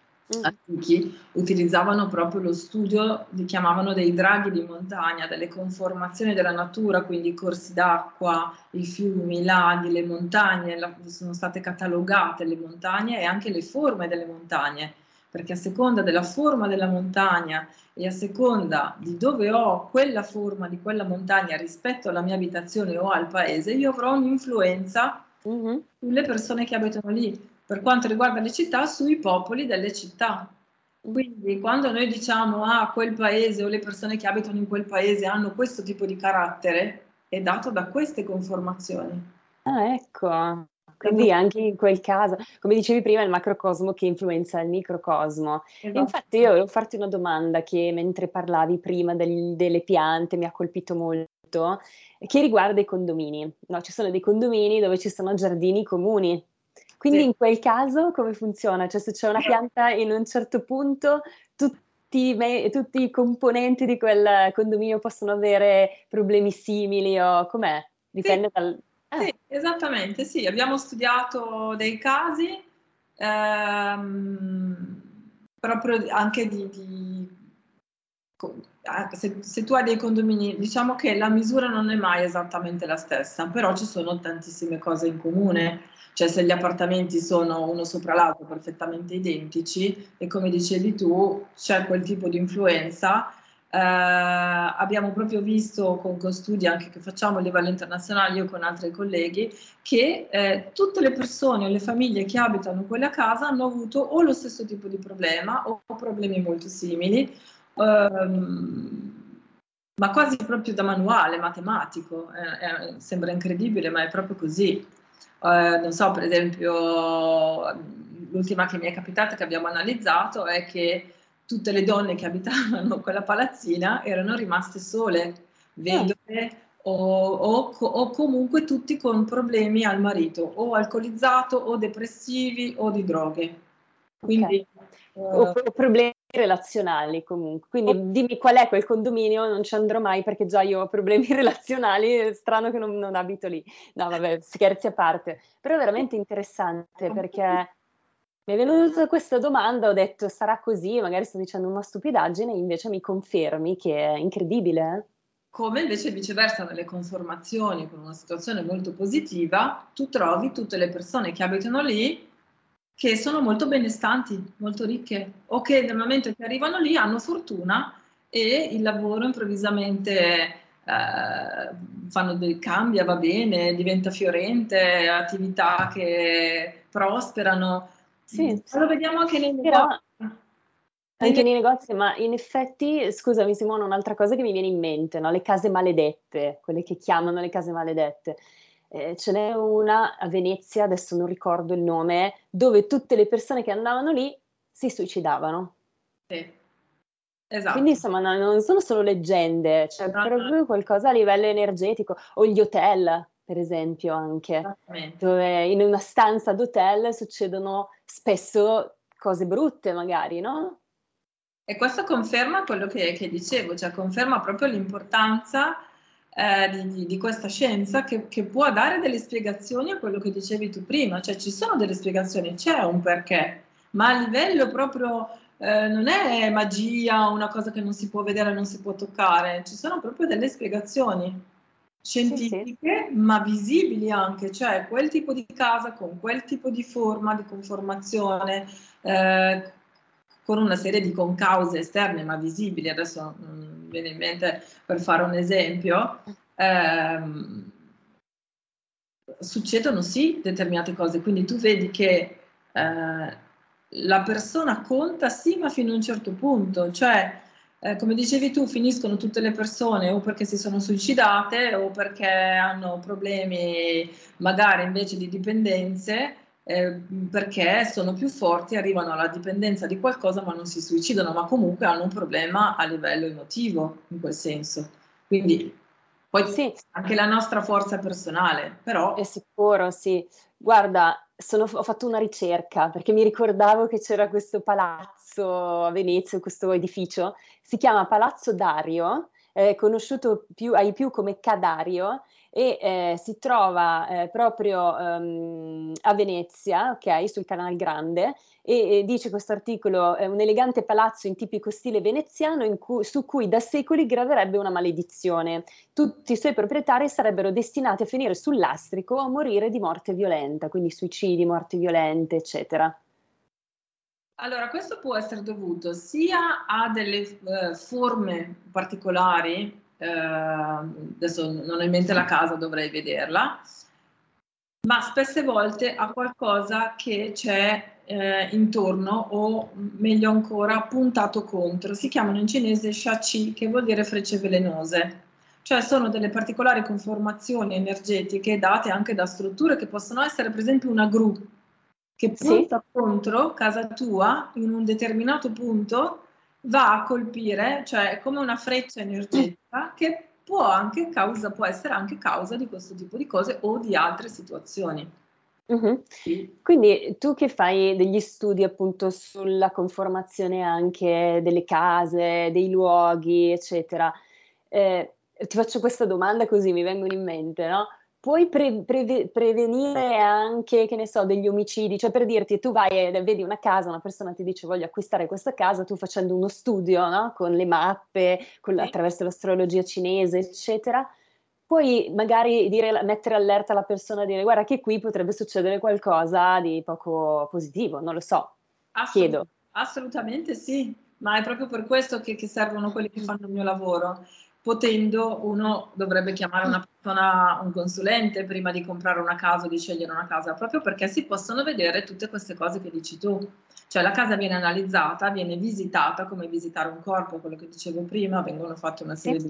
antichi utilizzavano proprio lo studio, li chiamavano dei draghi di montagna, delle conformazioni della natura, quindi i corsi d'acqua, i fiumi, i laghi, le montagne, sono state catalogate le montagne e anche le forme delle montagne, perché a seconda della forma della montagna e a seconda di dove ho quella forma di quella montagna rispetto alla mia abitazione o al paese, io avrò un'influenza sulle persone che abitano lì. Per quanto riguarda le città, sui popoli delle città. Quindi quando noi diciamo quel paese o le persone che abitano in quel paese hanno questo tipo di carattere, è dato da queste conformazioni. Ah, ecco. Quindi anche in quel caso, come dicevi prima, il macrocosmo che influenza il microcosmo. Esatto. Infatti io volevo farti una domanda che mentre parlavi prima delle piante mi ha colpito molto, che riguarda i condomini. No, ci sono dei condomini dove ci sono giardini comuni. Quindi Sì. in quel caso come funziona? Cioè se c'è una pianta in un certo punto, tutti i componenti di quel condominio possono avere problemi simili o com'è? Dipende dal... Sì, esattamente, sì. Abbiamo studiato dei casi proprio anche se tu hai dei condomini, diciamo che la misura non è mai esattamente la stessa, però ci sono tantissime cose in comune. Cioè se gli appartamenti sono uno sopra l'altro perfettamente identici e come dicevi tu c'è quel tipo di influenza, abbiamo proprio visto con studi anche che facciamo a livello internazionale, io con altri colleghi, che tutte le persone o le famiglie che abitano quella casa hanno avuto o lo stesso tipo di problema o problemi molto simili, ma quasi proprio da manuale matematico. Sembra incredibile, ma è proprio così. Non so, per esempio, l'ultima che mi è capitata che abbiamo analizzato è che tutte le donne che abitavano quella palazzina erano rimaste sole, vedove o comunque tutti con problemi al marito, o alcolizzato o depressivi o di droghe. Quindi, o problemi relazionali comunque. Quindi dimmi qual è quel condominio, non ci andrò mai perché già io ho problemi relazionali, è strano che non abito lì. No, vabbè, scherzi a parte. Però è veramente interessante perché mi è venuta questa domanda, ho detto sarà così, magari sto dicendo una stupidaggine, invece mi confermi che è incredibile. Come invece viceversa nelle conformazioni, con una situazione molto positiva, tu trovi tutte le persone che abitano lì che sono molto benestanti, molto ricche, o che nel momento che arrivano lì hanno fortuna e il lavoro improvvisamente cambia, va bene, diventa fiorente, attività che prosperano. Sì, Lo vediamo anche nei però negozi. Anche nei negozi, ma in effetti, scusami Simona, un'altra cosa che mi viene in mente, no? Le case maledette, quelle che chiamano le case maledette. Ce n'è una a Venezia, adesso non ricordo il nome, dove tutte le persone che andavano lì si suicidavano. Sì, esatto. Quindi insomma non sono solo leggende, c'è proprio qualcosa a livello energetico, o gli hotel, per esempio, anche, dove in una stanza d'hotel succedono spesso cose brutte magari, no? E questo conferma quello che dicevo, cioè conferma proprio l'importanza di questa scienza che può dare delle spiegazioni a quello che dicevi tu prima, cioè ci sono delle spiegazioni, c'è un perché, ma a livello proprio non è magia, una cosa che non si può vedere, non si può toccare, ci sono proprio delle spiegazioni scientifiche, sì. Ma visibili anche, cioè quel tipo di casa con quel tipo di forma, di conformazione, con una serie di concause esterne ma visibili, adesso mi viene in mente per fare un esempio, succedono sì determinate cose, quindi tu vedi che la persona conta sì ma fino a un certo punto, cioè come dicevi tu finiscono tutte le persone o perché si sono suicidate o perché hanno problemi magari invece di dipendenze, perché sono più forti, arrivano alla dipendenza di qualcosa ma non si suicidano, ma comunque hanno un problema a livello emotivo in quel senso. Quindi poi sì, anche la nostra forza personale, però... È sicuro, sì. Guarda, ho fatto una ricerca perché mi ricordavo che c'era questo palazzo a Venezia, questo edificio, si chiama Palazzo Dario, conosciuto ai più come Ca' Dario, e si trova proprio a Venezia, ok, sul Canal Grande, e dice questo articolo, un elegante palazzo in tipico stile veneziano su cui da secoli graverebbe una maledizione. Tutti i suoi proprietari sarebbero destinati a finire sul lastrico o a morire di morte violenta, quindi suicidi, morti violente, eccetera. Allora, questo può essere dovuto sia a delle forme particolari, adesso non ho in mente la casa, dovrei vederla, ma spesse volte a qualcosa che c'è intorno o meglio ancora puntato contro. Si chiamano in cinese shachi, che vuol dire frecce velenose. Cioè sono delle particolari conformazioni energetiche date anche da strutture che possono essere per esempio una gru che punta contro casa tua in un determinato punto, va a colpire, cioè è come una freccia energetica che può essere anche causa di questo tipo di cose o di altre situazioni. Quindi tu che fai degli studi appunto sulla conformazione anche delle case, dei luoghi, eccetera, ti faccio questa domanda così mi vengono in mente, no? Puoi prevenire anche, che ne so, degli omicidi? Cioè per dirti, tu vai e vedi una casa, una persona ti dice voglio acquistare questa casa, tu facendo uno studio, no? Con le mappe, attraverso l'astrologia cinese, eccetera, puoi magari mettere allerta alla persona e dire guarda che qui potrebbe succedere qualcosa di poco positivo, non lo so, chiedo. Assolutamente sì, ma è proprio per questo che servono quelli che fanno il mio lavoro. Potendo, uno dovrebbe chiamare una persona, un consulente, prima di comprare una casa o di scegliere una casa, proprio perché si possono vedere tutte queste cose che dici tu. Cioè la casa viene analizzata, viene visitata, come visitare un corpo, quello che dicevo prima, vengono fatte una serie di...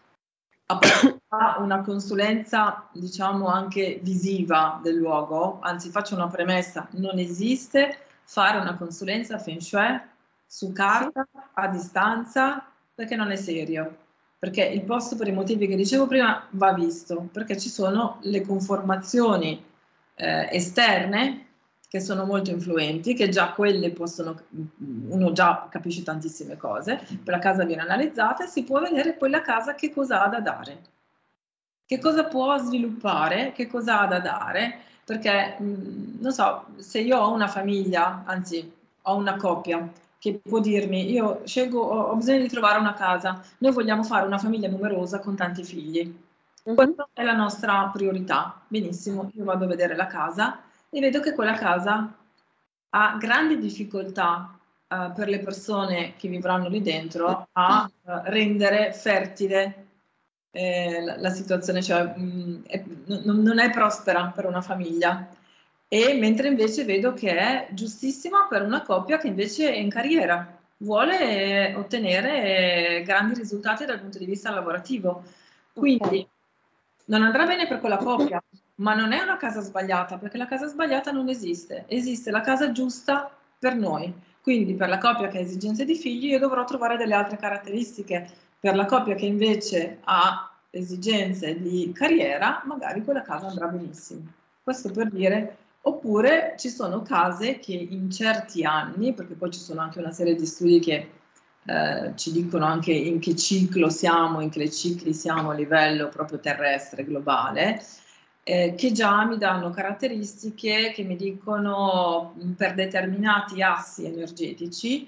una consulenza, diciamo, anche visiva del luogo, anzi faccio una premessa, non esiste fare una consulenza Feng Shui su carta, a distanza, perché non è serio. Perché il posto, per i motivi che dicevo prima, va visto, perché ci sono le conformazioni esterne che sono molto influenti, che già quelle possono, uno già capisce tantissime cose, la casa viene analizzata e si può vedere quella casa che cosa ha da dare, che cosa può sviluppare, che cosa ha da dare, perché non so, se io ho una famiglia, anzi ho una coppia, che può dirmi, io ho bisogno di trovare una casa, noi vogliamo fare una famiglia numerosa con tanti figli. Questa è la nostra priorità. Benissimo, io vado a vedere la casa e vedo che quella casa ha grandi difficoltà per le persone che vivranno lì dentro a rendere fertile la situazione, cioè non è prospera per una famiglia. E mentre invece vedo che è giustissima per una coppia che invece è in carriera, vuole ottenere grandi risultati dal punto di vista lavorativo. Quindi non andrà bene per quella coppia, ma non è una casa sbagliata, perché la casa sbagliata non esiste, esiste la casa giusta per noi. Quindi per la coppia che ha esigenze di figli io dovrò trovare delle altre caratteristiche, per la coppia che invece ha esigenze di carriera, magari quella casa andrà benissimo. Questo per dire... Oppure ci sono case che in certi anni, perché poi ci sono anche una serie di studi che ci dicono anche in che ciclo siamo, in che cicli siamo a livello proprio terrestre, globale, che già mi danno caratteristiche che mi dicono per determinati assi energetici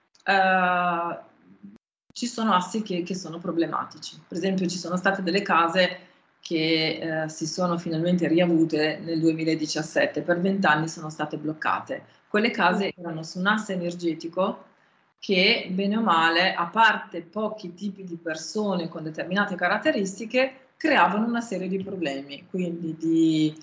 ci sono assi che sono problematici. Per esempio ci sono state delle case che si sono finalmente riavute nel 2017, per 20 anni sono state bloccate. Quelle case erano su un asse energetico che, bene o male, a parte pochi tipi di persone con determinate caratteristiche, creavano una serie di problemi, quindi di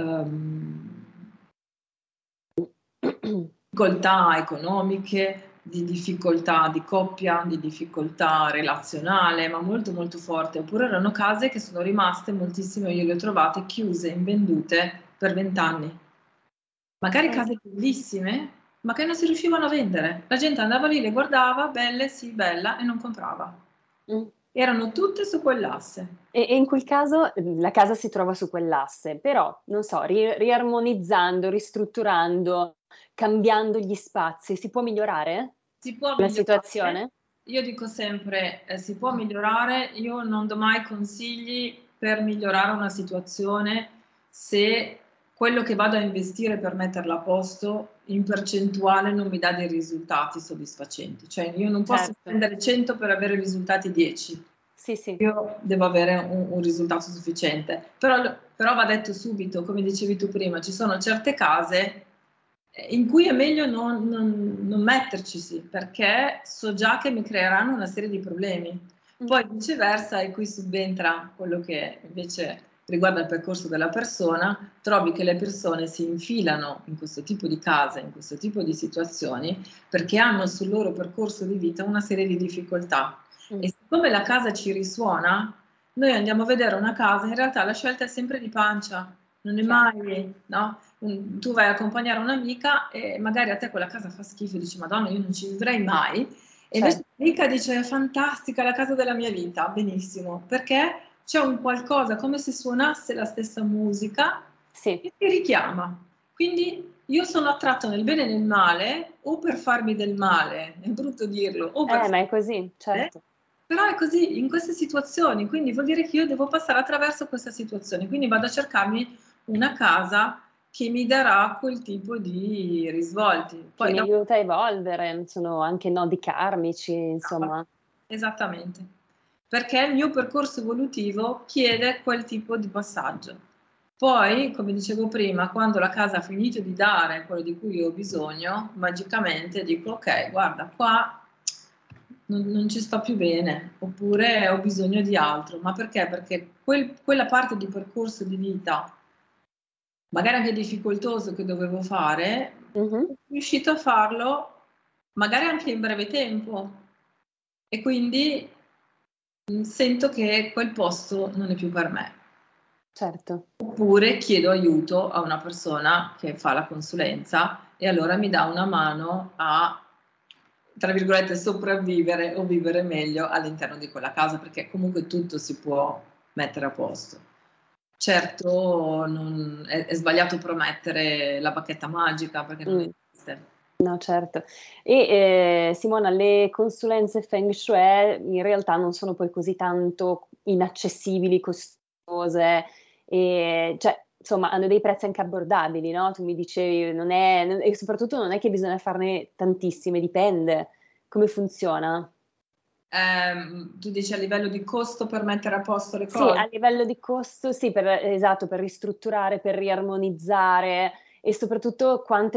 difficoltà economiche, di difficoltà di coppia, di difficoltà relazionale, ma molto molto forte. Oppure erano case che sono rimaste moltissime, io le ho trovate chiuse, invendute per 20 anni. Magari case bellissime, ma che non si riuscivano a vendere. La gente andava lì, le guardava, belle, sì, bella, e non comprava. Erano tutte su quell'asse. E in quel caso la casa si trova su quell'asse, però, non so, riarmonizzando, ristrutturando, cambiando gli spazi, si può migliorare? Si può la situazione? Io dico sempre, si può migliorare, io non do mai consigli per migliorare una situazione se quello che vado a investire per metterla a posto in percentuale non mi dà dei risultati soddisfacenti. Cioè io non posso spendere 100 per avere risultati 10. Sì. Io devo avere un risultato sufficiente. Però va detto subito, come dicevi tu prima, ci sono certe case in cui è meglio non mettercisi, perché so già che mi creeranno una serie di problemi. Poi viceversa, e qui subentra quello che invece riguarda il percorso della persona, trovi che le persone si infilano in questo tipo di case, in questo tipo di situazioni, perché hanno sul loro percorso di vita una serie di difficoltà. E siccome la casa ci risuona, noi andiamo a vedere una casa, in realtà la scelta è sempre di pancia, non è mai, no? Tu vai a accompagnare un'amica e magari a te quella casa fa schifo e dici Madonna, io non ci vivrei mai, e invece l'amica dice è fantastica, la casa della mia vita, benissimo, perché c'è un qualcosa, come se suonasse la stessa musica, che ti richiama. Quindi io sono attratto nel bene e nel male, o per farmi del male, è brutto dirlo, o per ma è così, certo. Però è così in queste situazioni, quindi vuol dire che io devo passare attraverso questa situazione, quindi vado a cercarmi una casa che mi darà quel tipo di risvolti. Poi mi aiuta a evolvere, sono anche nodi karmici, insomma. Esattamente, perché il mio percorso evolutivo chiede quel tipo di passaggio. Poi, come dicevo prima, quando la casa ha finito di dare quello di cui ho bisogno, magicamente dico ok, guarda, qua non ci sto più bene, oppure ho bisogno di altro. Ma perché? Perché quella parte di percorso di vita, magari anche difficoltoso, che dovevo fare, sono riuscito a farlo magari anche in breve tempo, e quindi sento che quel posto non è più per me. Certo. Oppure chiedo aiuto a una persona che fa la consulenza e allora mi dà una mano a, tra virgolette, sopravvivere o vivere meglio all'interno di quella casa, perché comunque tutto si può mettere a posto. Certo, è sbagliato promettere la bacchetta magica, perché non esiste. No, certo. E Simona, le consulenze Feng Shui in realtà non sono poi così tanto inaccessibili, costose, e cioè, insomma, hanno dei prezzi anche abbordabili, no? Tu mi dicevi, e soprattutto non è che bisogna farne tantissime, dipende come funziona. Tu dici a livello di costo per mettere a posto le cose? Sì, a livello di costo, sì, esatto, per ristrutturare, per riarmonizzare, e soprattutto quante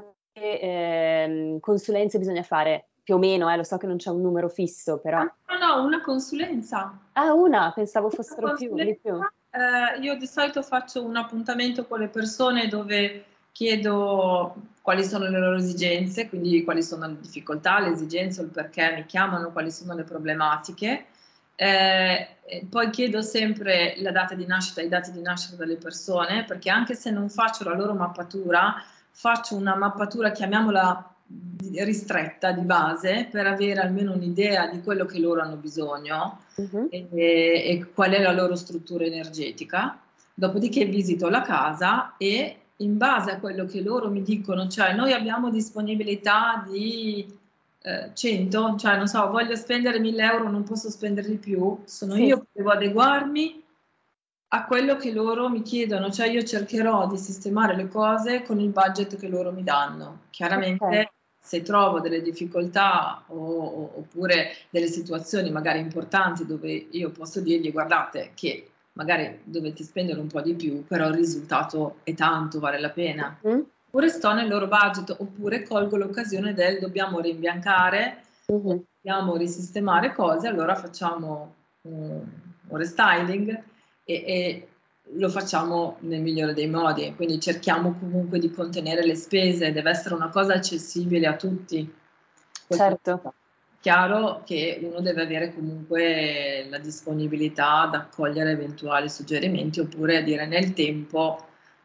consulenze bisogna fare, più o meno, lo so che non c'è un numero fisso, però. No, una consulenza. Ah, pensavo fossero di più. Io di solito faccio un appuntamento con le persone dove chiedo quali sono le loro esigenze, quindi quali sono le difficoltà, le esigenze, il perché mi chiamano, quali sono le problematiche. Poi chiedo sempre la data di nascita, i dati di nascita delle persone, perché anche se non faccio la loro mappatura, faccio una mappatura, chiamiamola ristretta, di base, per avere almeno un'idea di quello che loro hanno bisogno e qual è la loro struttura energetica. Dopodiché visito la casa e in base a quello che loro mi dicono, cioè noi abbiamo disponibilità di 100, cioè non so, voglio spendere 1.000 euro, non posso spenderli più, io che devo adeguarmi a quello che loro mi chiedono, cioè io cercherò di sistemare le cose con il budget che loro mi danno. Chiaramente se trovo delle difficoltà oppure delle situazioni magari importanti dove io posso dirgli guardate che magari dovete spendere un po' di più, però il risultato è tanto, vale la pena. Oppure sto nel loro budget, oppure colgo l'occasione del dobbiamo rimbiancare, dobbiamo risistemare cose, allora facciamo un restyling e lo facciamo nel migliore dei modi, quindi cerchiamo comunque di contenere le spese, deve essere una cosa accessibile a tutti. Certo. Chiaro che uno deve avere comunque la disponibilità ad accogliere eventuali suggerimenti oppure a dire nel tempo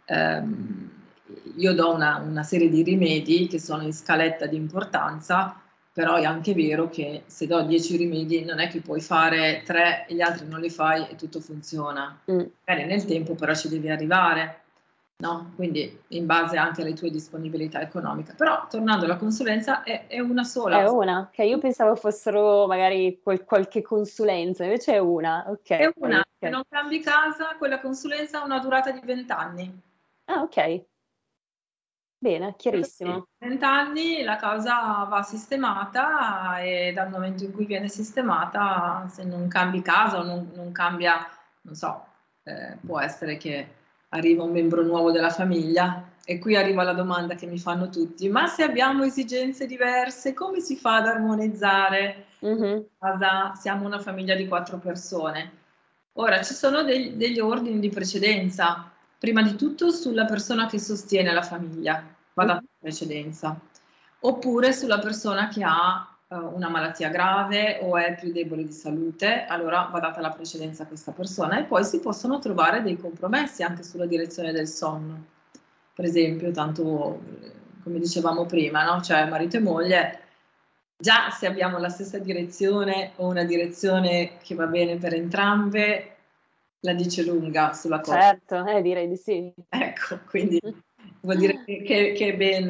io do una serie di rimedi che sono in scaletta di importanza, però è anche vero che se do 10 rimedi non è che puoi fare 3 e gli altri non li fai e tutto funziona. Magari nel tempo però ci devi arrivare, no? Quindi in base anche alle tue disponibilità economiche. Però tornando alla consulenza è una sola. È una, che io pensavo fossero magari qualche consulenza, invece è una, ok. È una, se non cambi casa, quella consulenza ha una durata di 20 anni. Ah, ok. Bene, chiarissimo. 20 anni la casa va sistemata e dal momento in cui viene sistemata, se non cambi casa o non cambia, non so, può essere che arriva un membro nuovo della famiglia e qui arriva la domanda che mi fanno tutti, ma se abbiamo esigenze diverse, come si fa ad armonizzare casa? Siamo una famiglia di 4 persone. Ora, ci sono degli ordini di precedenza. Prima di tutto sulla persona che sostiene la famiglia, va data precedenza. Oppure sulla persona che ha una malattia grave o è più debole di salute, allora va data la precedenza a questa persona. E poi si possono trovare dei compromessi anche sulla direzione del sonno. Per esempio, tanto come dicevamo prima, no? Cioè marito e moglie, già se abbiamo la stessa direzione o una direzione che va bene per entrambe, la dice lunga sulla cosa. Certo, direi di sì. Ecco, quindi vuol dire che è ben...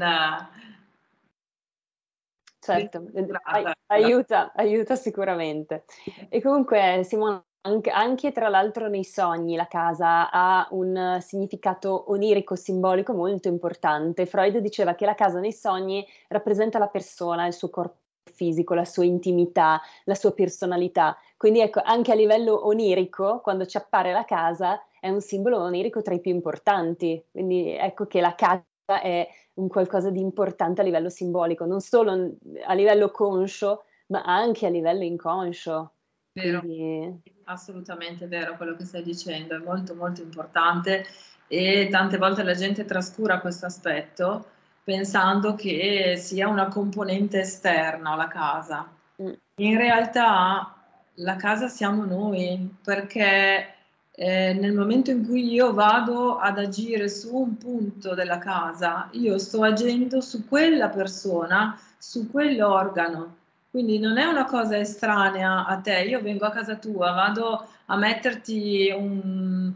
Certo, aiuta sicuramente. E comunque, Simona, anche tra l'altro nei sogni la casa ha un significato onirico, simbolico molto importante. Freud diceva che la casa nei sogni rappresenta la persona, il suo corpo fisico, la sua intimità, la sua personalità. Quindi ecco, anche a livello onirico, quando ci appare la casa, è un simbolo onirico tra i più importanti. Quindi ecco che la casa è un qualcosa di importante a livello simbolico, non solo a livello conscio, ma anche a livello inconscio. Vero, Quindi... assolutamente vero quello che stai dicendo, è molto molto importante e tante volte la gente trascura questo aspetto pensando che sia una componente esterna alla casa. In realtà la casa siamo noi, perché nel momento in cui io vado ad agire su un punto della casa, io sto agendo su quella persona, su quell'organo. Quindi non è una cosa estranea a te, io vengo a casa tua, vado a metterti un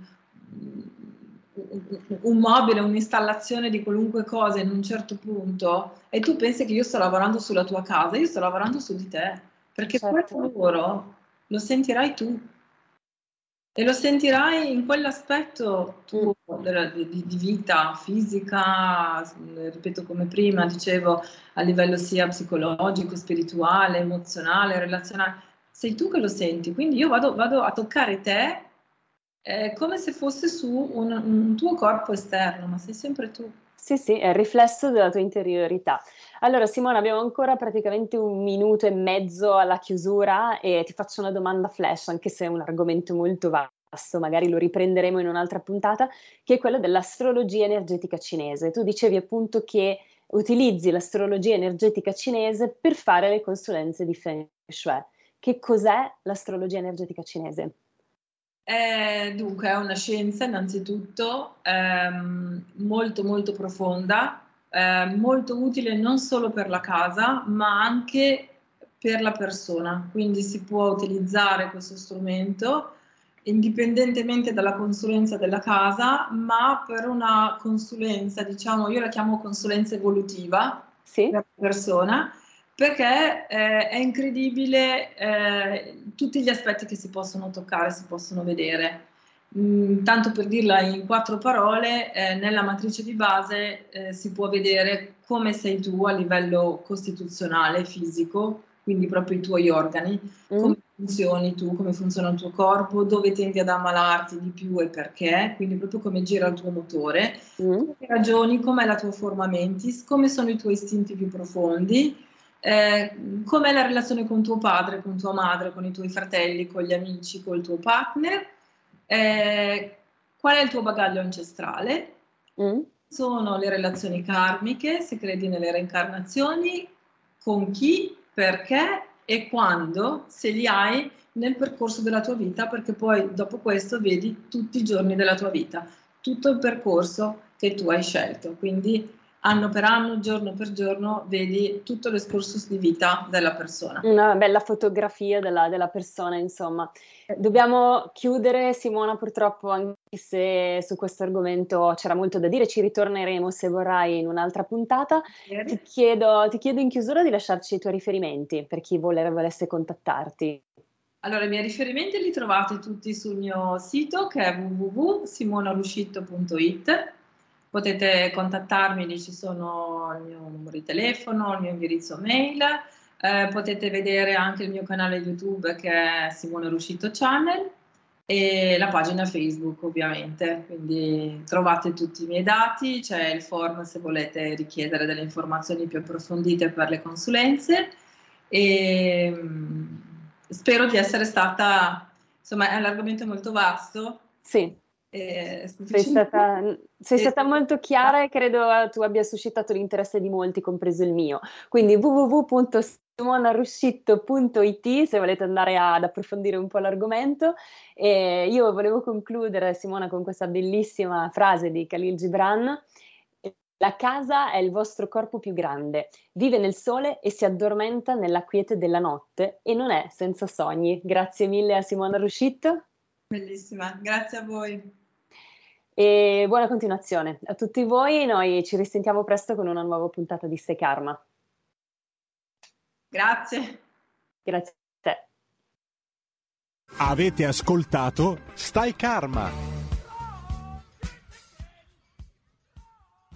mobile, un'installazione di qualunque cosa in un certo punto e tu pensi che io sto lavorando sulla tua casa, io sto lavorando su di te, perché quel lavoro lo sentirai tu. E lo sentirai in quell'aspetto tuo di vita fisica, ripeto come prima, dicevo, a livello sia psicologico, spirituale, emozionale, relazionale. Sei tu che lo senti, quindi io vado a toccare te come se fosse su un tuo corpo esterno, ma sei sempre tu. Sì, è il riflesso della tua interiorità. Allora Simona, abbiamo ancora praticamente 1 minuto e mezzo alla chiusura e ti faccio una domanda flash, anche se è un argomento molto vasto, magari lo riprenderemo in un'altra puntata, che è quella dell'astrologia energetica cinese. Tu dicevi appunto che utilizzi l'astrologia energetica cinese per fare le consulenze di Feng Shui. Che cos'è l'astrologia energetica cinese? Dunque è una scienza innanzitutto molto molto profonda, molto utile non solo per la casa ma anche per la persona, quindi si può utilizzare questo strumento indipendentemente dalla consulenza della casa, ma per una consulenza, diciamo, io la chiamo consulenza evolutiva per la persona, perché è incredibile tutti gli aspetti che si possono toccare, si possono vedere. Tanto per dirla in 4 parole, nella matrice di base si può vedere come sei tu a livello costituzionale, fisico, quindi proprio i tuoi organi, come funzioni tu, come funziona il tuo corpo, dove tendi ad ammalarti di più e perché, quindi proprio come gira il tuo motore, come ragioni, com'è la tua forma mentis, come sono i tuoi istinti più profondi, com'è la relazione con tuo padre, con tua madre, con i tuoi fratelli, con gli amici, col tuo partner, qual è il tuo bagaglio ancestrale, sono le relazioni karmiche, se credi nelle reincarnazioni, con chi, perché e quando, se li hai nel percorso della tua vita, perché poi dopo questo vedi tutti i giorni della tua vita, tutto il percorso che tu hai scelto, quindi anno per anno, giorno per giorno, vedi tutto l'escursus di vita della persona. Una bella fotografia della persona, insomma. Dobbiamo chiudere, Simona, purtroppo, anche se su questo argomento c'era molto da dire, ci ritorneremo se vorrai in un'altra puntata. Ti chiedo in chiusura di lasciarci i tuoi riferimenti per chi volesse contattarti. Allora, i miei riferimenti li trovate tutti sul mio sito che è www.simonaluscitto.it. Potete contattarmi, lì ci sono il mio numero di telefono, il mio indirizzo mail, potete vedere anche il mio canale YouTube che è Simona Ruscitto Channel e la pagina Facebook ovviamente, quindi trovate tutti i miei dati, c'è il form se volete richiedere delle informazioni più approfondite per le consulenze e spero di essere stata insomma è un argomento molto vasto. Sì. Sei stata molto chiara e credo tu abbia suscitato l'interesse di molti, compreso il mio. Quindi www.simonaruscitto.it se volete andare ad approfondire un po' l'argomento. E io volevo concludere, Simona, con questa bellissima frase di Khalil Gibran: la casa è il vostro corpo più grande, vive nel sole e si addormenta nella quiete della notte e non è senza sogni. Grazie mille a Simona Ruscitto. Bellissima, grazie a voi. E buona continuazione a tutti voi. Noi ci risentiamo presto con una nuova puntata di Stai Karma. Grazie. Grazie a te. Avete ascoltato Stai Karma.